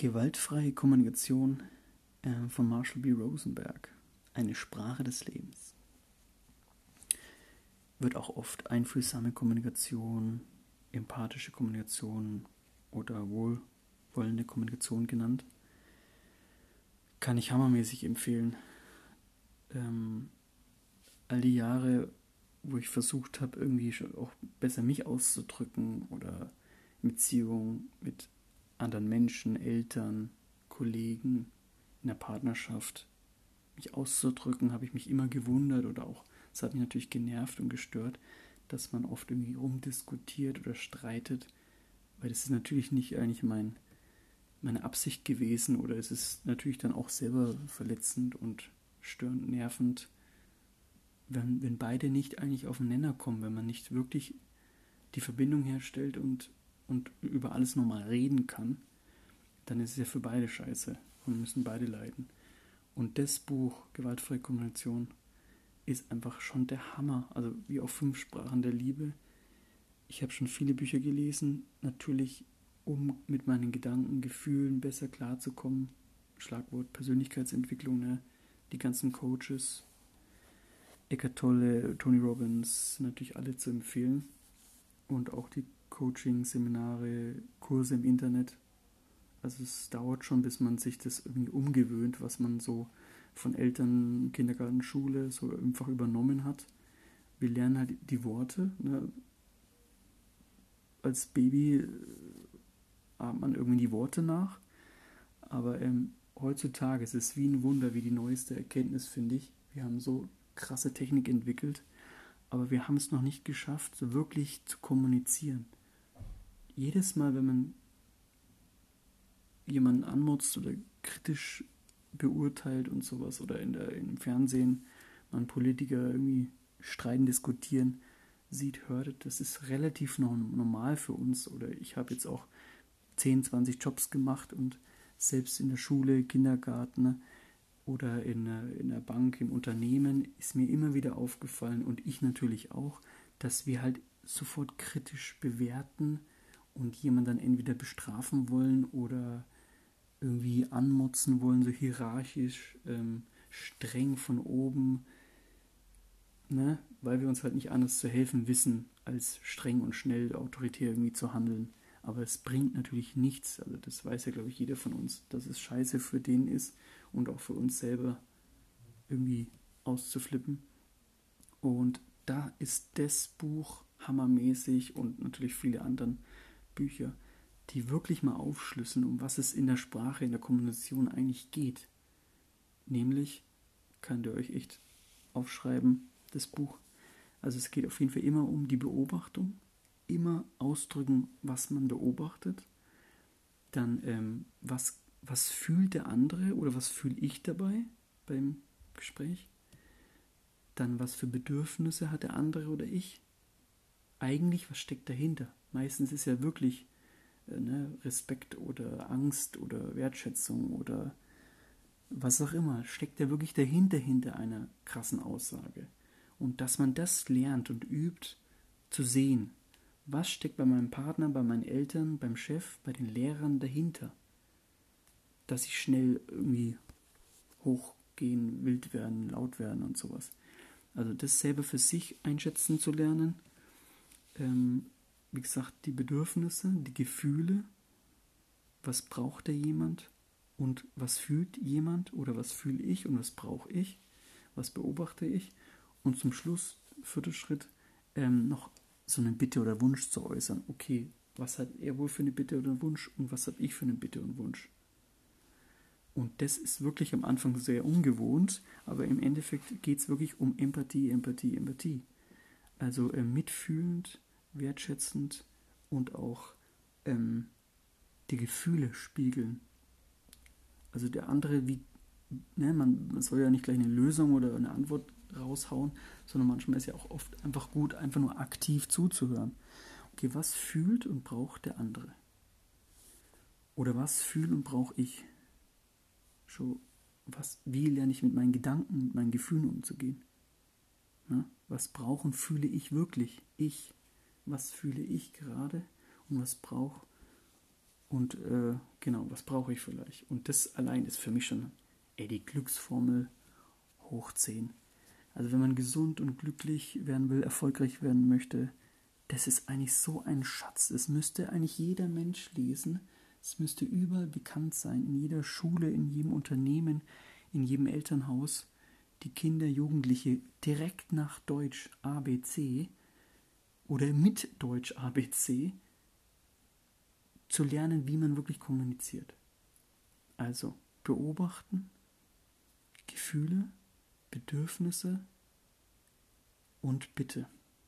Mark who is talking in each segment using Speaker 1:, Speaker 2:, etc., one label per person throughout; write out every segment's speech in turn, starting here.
Speaker 1: Gewaltfreie Kommunikation von Marshall B. Rosenberg. Eine Sprache des Lebens. Wird auch oft einfühlsame Kommunikation, empathische Kommunikation oder wohlwollende Kommunikation genannt. Kann ich hammermäßig empfehlen. All die Jahre, wo ich versucht habe, irgendwie auch besser mich auszudrücken oder in Beziehung mit anderen Menschen, Eltern, Kollegen, in der Partnerschaft mich auszudrücken, habe ich mich immer gewundert oder auch, es hat mich natürlich genervt und gestört, dass man oft irgendwie rumdiskutiert oder streitet, weil das ist natürlich nicht eigentlich meine Absicht gewesen oder es ist natürlich dann auch selber verletzend und störend, nervend, wenn beide nicht eigentlich auf den Nenner kommen, wenn man nicht wirklich die Verbindung herstellt und über alles nochmal reden kann, dann ist es ja für beide scheiße und müssen beide leiden. Und das Buch, Gewaltfreie Kommunikation, ist einfach schon der Hammer. Also wie auch 5 Sprachen der Liebe. Ich habe schon viele Bücher gelesen, natürlich um mit meinen Gedanken, Gefühlen besser klarzukommen. Schlagwort Persönlichkeitsentwicklung, ne? Die ganzen Coaches, Eckhart Tolle, Tony Robbins, natürlich alle zu empfehlen. Und auch die Coaching, Seminare, Kurse im Internet. Also es dauert schon, bis man sich das irgendwie umgewöhnt, was man so von Eltern, Kindergarten, Schule so einfach übernommen hat. Wir lernen halt die Worte. Ne? Als Baby ahmt man irgendwie die Worte nach. Aber heutzutage ist es wie ein Wunder, wie die neueste Erkenntnis, finde ich. Wir haben so krasse Technik entwickelt, aber wir haben es noch nicht geschafft, so wirklich zu kommunizieren. Jedes Mal, wenn man jemanden anmotzt oder kritisch beurteilt und sowas oder im Fernsehen man Politiker irgendwie streiten, diskutieren sieht, hört, das ist relativ normal für uns. Oder ich habe jetzt auch 10, 20 Jobs gemacht und selbst in der Schule, Kindergarten oder in der Bank, im Unternehmen ist mir immer wieder aufgefallen und ich natürlich auch, dass wir halt sofort kritisch bewerten und jemanden dann entweder bestrafen wollen oder irgendwie anmotzen wollen, so hierarchisch, streng von oben, ne? Weil wir uns halt nicht anders zu helfen wissen, als streng und schnell autoritär irgendwie zu handeln. Aber es bringt natürlich nichts, also das weiß ja, glaube ich, jeder von uns, dass es scheiße für den ist und auch für uns selber irgendwie auszuflippen. Und da ist das Buch hammermäßig und natürlich viele andere Bücher, die wirklich mal aufschlüsseln, um was es in der Sprache, in der Kommunikation eigentlich geht. Nämlich, könnt ihr euch echt aufschreiben, das Buch. Also es geht auf jeden Fall immer um die Beobachtung, immer ausdrücken, was man beobachtet. Dann, was fühlt der andere oder was fühle ich dabei beim Gespräch? Dann, was für Bedürfnisse hat der andere oder ich? Eigentlich, was steckt dahinter? Meistens ist ja wirklich Respekt oder Angst oder Wertschätzung oder was auch immer, steckt ja wirklich dahinter, hinter einer krassen Aussage. Und dass man das lernt und übt, zu sehen, was steckt bei meinem Partner, bei meinen Eltern, beim Chef, bei den Lehrern dahinter. Dass ich schnell irgendwie hochgehen, wild werden, laut werden und sowas. Also das selber für sich einschätzen zu lernen. Wie gesagt, die Bedürfnisse, die Gefühle, was braucht da jemand und was fühlt jemand oder was fühle ich und was brauche ich, was beobachte ich und zum Schluss, 4. Schritt, noch so eine Bitte oder Wunsch zu äußern. Okay, was hat er wohl für eine Bitte oder einen Wunsch und was habe ich für eine Bitte und Wunsch? Und das ist wirklich am Anfang sehr ungewohnt, aber im Endeffekt geht es wirklich um Empathie, Empathie, Empathie. Also mitfühlend, wertschätzend und auch die Gefühle spiegeln. Also der andere, man soll ja nicht gleich eine Lösung oder eine Antwort raushauen, sondern manchmal ist ja auch oft einfach gut, einfach nur aktiv zuzuhören. Okay, was fühlt und braucht der andere? Oder was fühle und brauche ich? Wie lerne ich mit meinen Gedanken, mit meinen Gefühlen umzugehen? Ja, was brauche und fühle ich wirklich? Was fühle ich gerade und was brauche Und genau, was brauche ich vielleicht? Und das allein ist für mich schon die Glücksformel hoch 10. Also wenn man gesund und glücklich werden will, erfolgreich werden möchte, das ist eigentlich so ein Schatz. Es müsste eigentlich jeder Mensch lesen. Es müsste überall bekannt sein, in jeder Schule, in jedem Unternehmen, in jedem Elternhaus. Die Kinder, Jugendliche direkt nach Deutsch ABC oder mit Deutsch ABC zu lernen, wie man wirklich kommuniziert. Also beobachten, Gefühle, Bedürfnisse und Bitte.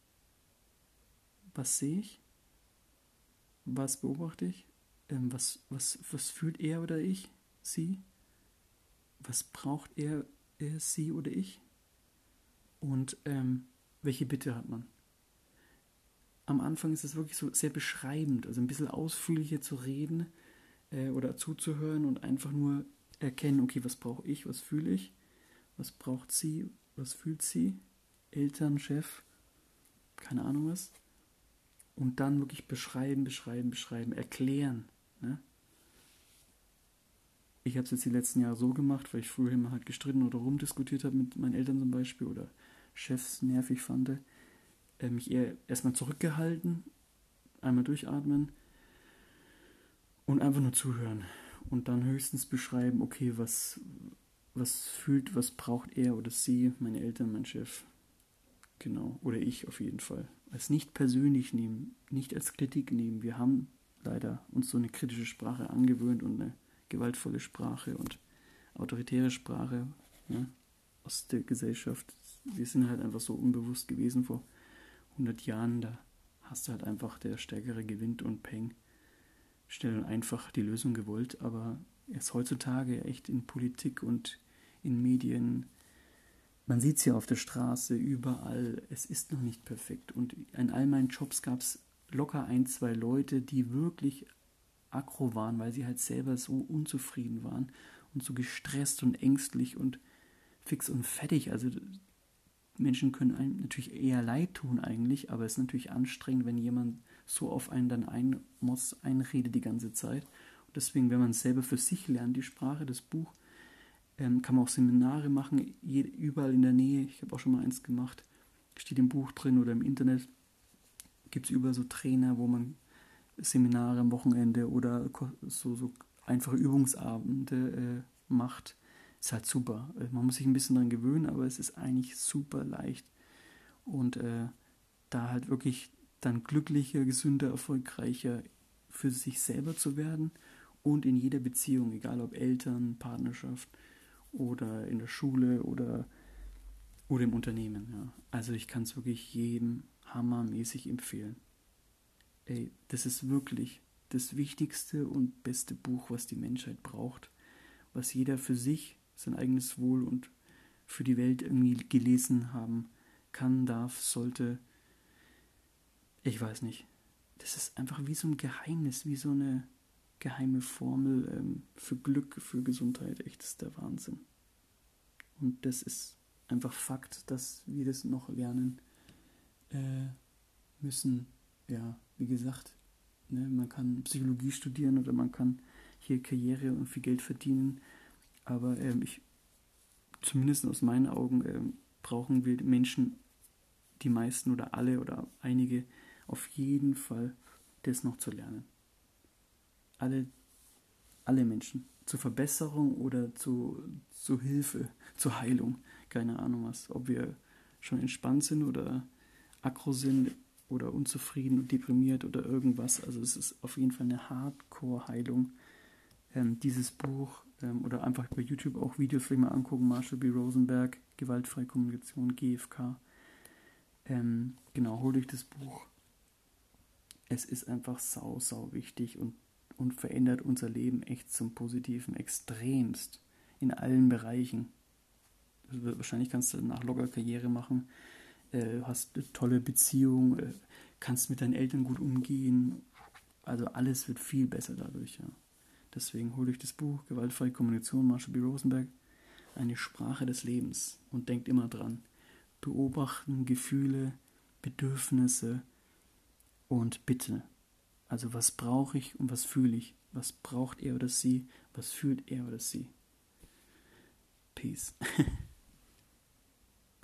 Speaker 1: Was sehe ich? Was beobachte ich? Was fühlt er oder ich? Sie? Was braucht er, sie oder ich? Und welche Bitte hat man? Am Anfang ist es wirklich so sehr beschreibend, also ein bisschen ausführlicher zu reden oder zuzuhören und einfach nur erkennen, okay, was brauche ich, was fühle ich, was braucht sie, was fühlt sie, Eltern, Chef, keine Ahnung was. Und dann wirklich beschreiben, erklären. Ne? Ich habe es jetzt die letzten Jahre so gemacht, weil ich früher immer halt gestritten oder rumdiskutiert habe mit meinen Eltern zum Beispiel oder Chefs nervig fand. Mich eher erstmal zurückgehalten, einmal durchatmen und einfach nur zuhören. Und dann höchstens beschreiben, okay, was fühlt, was braucht er oder sie, meine Eltern, mein Chef. Genau, oder ich auf jeden Fall. Es nicht persönlich nehmen, nicht als Kritik nehmen. Wir haben leider uns so eine kritische Sprache angewöhnt und eine gewaltvolle Sprache und autoritäre Sprache, ne, aus der Gesellschaft. Wir sind halt einfach so unbewusst gewesen vor 100 Jahren. Da hast du halt einfach der Stärkere gewinnt und Peng. Schnell und einfach die Lösung gewollt. Aber erst heutzutage echt in Politik und in Medien, man sieht es ja auf der Straße, überall, es ist noch nicht perfekt. Und in all meinen Jobs gab es locker 1, 2 Leute, die wirklich aggro waren, weil sie halt selber so unzufrieden waren und so gestresst und ängstlich und fix und fertig. Also Menschen können einem natürlich eher leid tun eigentlich, aber es ist natürlich anstrengend, wenn jemand so auf einen dann einredet die ganze Zeit. Und deswegen, wenn man es selber für sich lernt, die Sprache, das Buch, kann man auch Seminare machen, überall in der Nähe. Ich habe auch schon mal eins gemacht. Steht im Buch drin oder im Internet. Gibt es überall so Trainer, wo man Seminare am Wochenende oder so einfache Übungsabende macht. Ist halt super. Man muss sich ein bisschen dran gewöhnen, aber es ist eigentlich super leicht. Und da halt wirklich dann glücklicher, gesünder, erfolgreicher für sich selber zu werden und in jeder Beziehung, egal ob Eltern, Partnerschaft oder in der Schule oder im Unternehmen. Ja. Also ich kann es wirklich jedem hammermäßig empfehlen. Ey, das ist wirklich das wichtigste und beste Buch, was die Menschheit braucht, was jeder für sich, sein eigenes Wohl und für die Welt irgendwie gelesen haben kann, darf, sollte. Ich weiß nicht. Das ist einfach wie so ein Geheimnis, wie so eine geheime Formel für Glück, für Gesundheit. Echt, das ist der Wahnsinn. Und das ist einfach Fakt, dass wir das noch lernen müssen. Ja, wie gesagt, ne, man kann Psychologie studieren oder man kann hier Karriere und viel Geld verdienen. Aber zumindest aus meinen Augen, brauchen wir Menschen, die meisten oder alle oder einige, auf jeden Fall das noch zu lernen. Alle Menschen. Zur Verbesserung oder zu Hilfe, zur Heilung. Keine Ahnung was. Ob wir schon entspannt sind oder aggro sind oder unzufrieden und deprimiert oder irgendwas. Also es ist auf jeden Fall eine Hardcore-Heilung. Dieses Buch oder einfach bei YouTube auch Videos vielleicht mal angucken. Marshall B. Rosenberg, Gewaltfreie Kommunikation, GFK. Genau, hol euch das Buch. Es ist einfach sau wichtig und verändert unser Leben echt zum Positiven extremst in allen Bereichen. Wahrscheinlich kannst du danach locker Karriere machen, hast eine tolle Beziehung, kannst mit deinen Eltern gut umgehen. Also alles wird viel besser dadurch. Ja. Deswegen hol euch das Buch Gewaltfreie Kommunikation, Marshall B. Rosenberg, eine Sprache des Lebens. Und denkt immer dran, beobachten Gefühle, Bedürfnisse und Bitte. Also was brauche ich und was fühle ich? Was braucht er oder sie? Was fühlt er oder sie? Peace.